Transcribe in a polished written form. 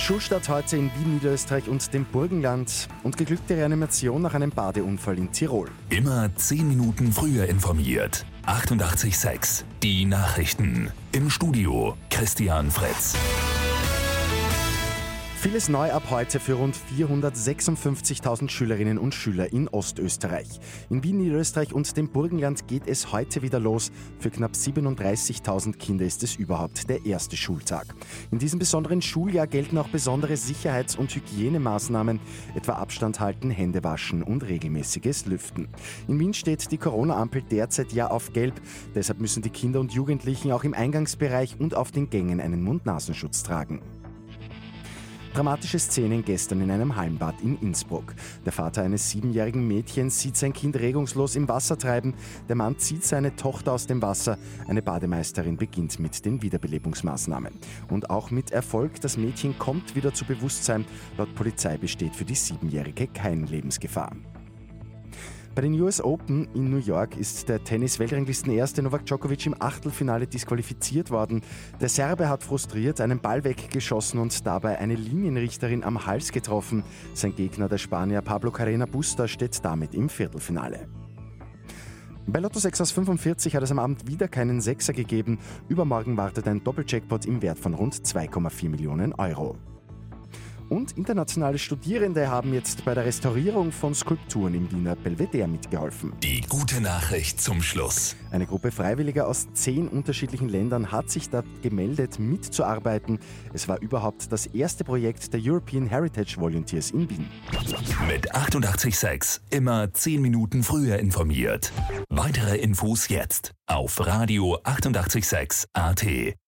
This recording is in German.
Schulstart heute in Wien, Niederösterreich und dem Burgenland und geglückte Reanimation nach einem Badeunfall in Tirol. Immer 10 Minuten früher informiert. 88,6. Die Nachrichten. Im Studio Christian Fretz. Vieles neu ab heute für rund 456.000 Schülerinnen und Schüler in Ostösterreich. In Wien, Niederösterreich und dem Burgenland geht es heute wieder los. Für knapp 37.000 Kinder ist es überhaupt der erste Schultag. In diesem besonderen Schuljahr gelten auch besondere Sicherheits- und Hygienemaßnahmen, etwa Abstand halten, Hände waschen und regelmäßiges Lüften. In Wien steht die Corona-Ampel derzeit ja auf Gelb. Deshalb müssen die Kinder und Jugendlichen auch im Eingangsbereich und auf den Gängen einen Mund-Nasenschutz tragen. Dramatische Szenen gestern in einem Hallenbad in Innsbruck. Der Vater eines 7-jährigen Mädchens sieht sein Kind regungslos im Wasser treiben. Der Mann zieht seine Tochter aus dem Wasser. Eine Bademeisterin beginnt mit den Wiederbelebungsmaßnahmen. Und auch mit Erfolg. Das Mädchen kommt wieder zu Bewusstsein. Laut Polizei besteht für die 7-Jährige keine Lebensgefahr. Bei den US Open in New York ist der Tennis-Weltranglisten-Erste Novak Djokovic im Achtelfinale disqualifiziert worden. Der Serbe hat frustriert einen Ball weggeschossen und dabei eine Linienrichterin am Hals getroffen. Sein Gegner, der Spanier Pablo Carrena Busta, steht damit im Viertelfinale. Bei Lotto 6 aus 45 hat es am Abend wieder keinen Sechser gegeben. Übermorgen wartet ein Doppeljackpot im Wert von rund 2,4 Millionen Euro. Und internationale Studierende haben jetzt bei der Restaurierung von Skulpturen im Wiener Belvedere mitgeholfen. Die gute Nachricht zum Schluss. Eine Gruppe Freiwilliger aus 10 unterschiedlichen Ländern hat sich da gemeldet, mitzuarbeiten. Es war überhaupt das erste Projekt der European Heritage Volunteers in Wien. Mit 88,6 immer 10 Minuten früher informiert. Weitere Infos jetzt auf Radio 88,6 AT.